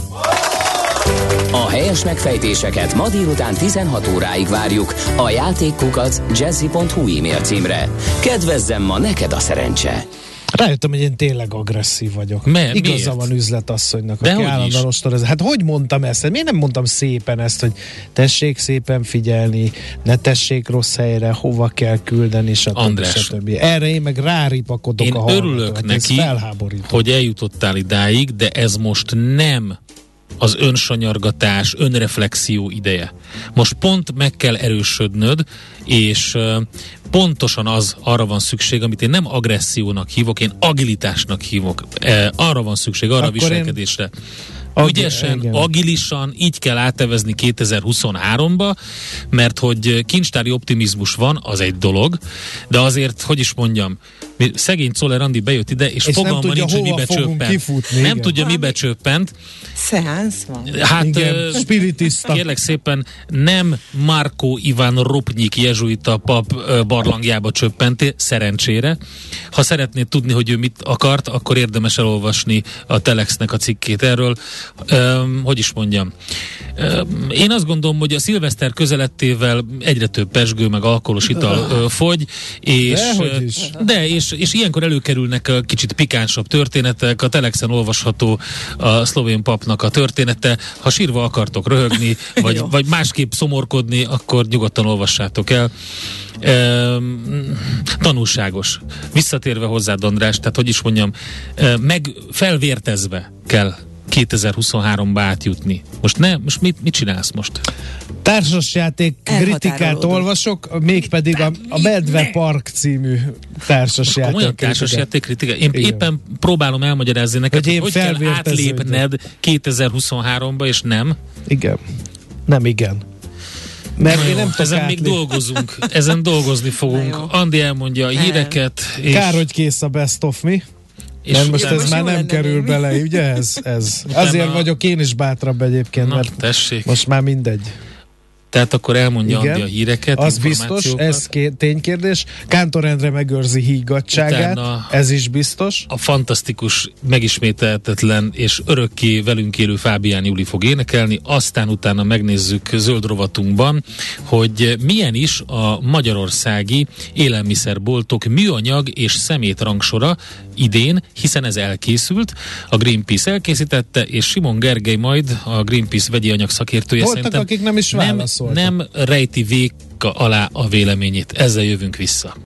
A helyes megfejtéseket ma délután tizenhat óráig várjuk a játékkukac jazzy pont hu e-mail címre. Kedvezzem ma neked a szerencse! Rájöttem, hogy én tényleg agresszív vagyok. Me, Igaza miért? van üzletasszonynak, De aki hogy állandóan ostoroz. Hát hogy mondtam ezt? Miért nem mondtam szépen ezt, hogy tessék szépen figyelni, ne tessék rossz helyre, hova kell küldeni, stb. András, stb. Erre én meg ráripakodok én a hallgatókat. örülök neki, felháborító. hogy eljutottál idáig, de ez most nem az önsanyargatás, önreflexió ideje. Most pont meg kell erősödnöd, és uh, pontosan az arra van szükség, amit én nem agressziónak hívok, én agilitásnak hívok. Uh, arra van szükség, arra a viselkedésre. Agi- Ügyesen, igen. agilisan, így kell átevezni kétezer-huszonháromba, mert hogy kincstári optimizmus van, az egy dolog, de azért, hogy is mondjam, szegény Czoller Andi bejött ide, és, és fogalma tudja, nincs, hogy mibe csöppent. Kifutni, nem igen. tudja, mibe csöppent. Szeánsz van. Hát, igen, uh, spiritista. Kérlek szépen, nem Marko Iván Ropnyik jezsuita pap uh, barlangjába csöppentél, szerencsére. Ha szeretnéd tudni, hogy ő mit akart, akkor érdemes elolvasni a Telexnek a cikkét erről. Um, hogy is mondjam. Um, én azt gondolom, hogy a szilveszter közelettével egyre több pezsgő, meg alkoholos ital uh, fogy, és, de, is. de és, és ilyenkor előkerülnek a kicsit pikánsabb történetek. A Telexen olvasható a szlovén papnak a története. Ha sírva akartok röhögni, vagy, vagy másképp szomorkodni, akkor nyugodtan olvassátok el. Um, tanulságos. Visszatérve hozzád, András, tehát hogy is mondjam, meg felvértezve kell kétezer-huszonháromba átjutni. Most ne, most mit, mit csinálsz most? Társasjáték kritikát olvasok, mégpedig a, a Medve Park című társasjáték. Olyan társasjáték kritika? Én igen. éppen próbálom elmagyarázni neked, hogy hogy, hogy kell átlépned kétezer-huszonháromba, és nem? Igen. Nem igen. Mert jó, nem ezen még dolgozunk, ezen dolgozni fogunk. Andi elmondja a híreket. És Kár, hogy kész a best of, mi? És mert most ez most már nem kerül bele, ugye ez? ez. Azért a... vagyok én is bátrabb egyébként, na, mert tessék. Most már mindegy. Tehát akkor elmondja igen, Andi a híreket, az biztos, ez ké- ténykérdés. Kántor Endre megőrzi hígatságát, utána ez is biztos. A fantasztikus, megismételhetetlen és örökké velünk élő Fábián Júli fog énekelni, aztán utána megnézzük zöld rovatunkban, hogy milyen is a magyarországi élelmiszerboltok műanyag és szemét rangsora idén, hiszen ez elkészült, a Greenpeace elkészítette, és Simon Gergely majd a Greenpeace vegyi anyag szakértője voltak, szerintem akik nem is válaszoltak. Nem, nem rejti véka alá a véleményét. Ezzel jövünk vissza.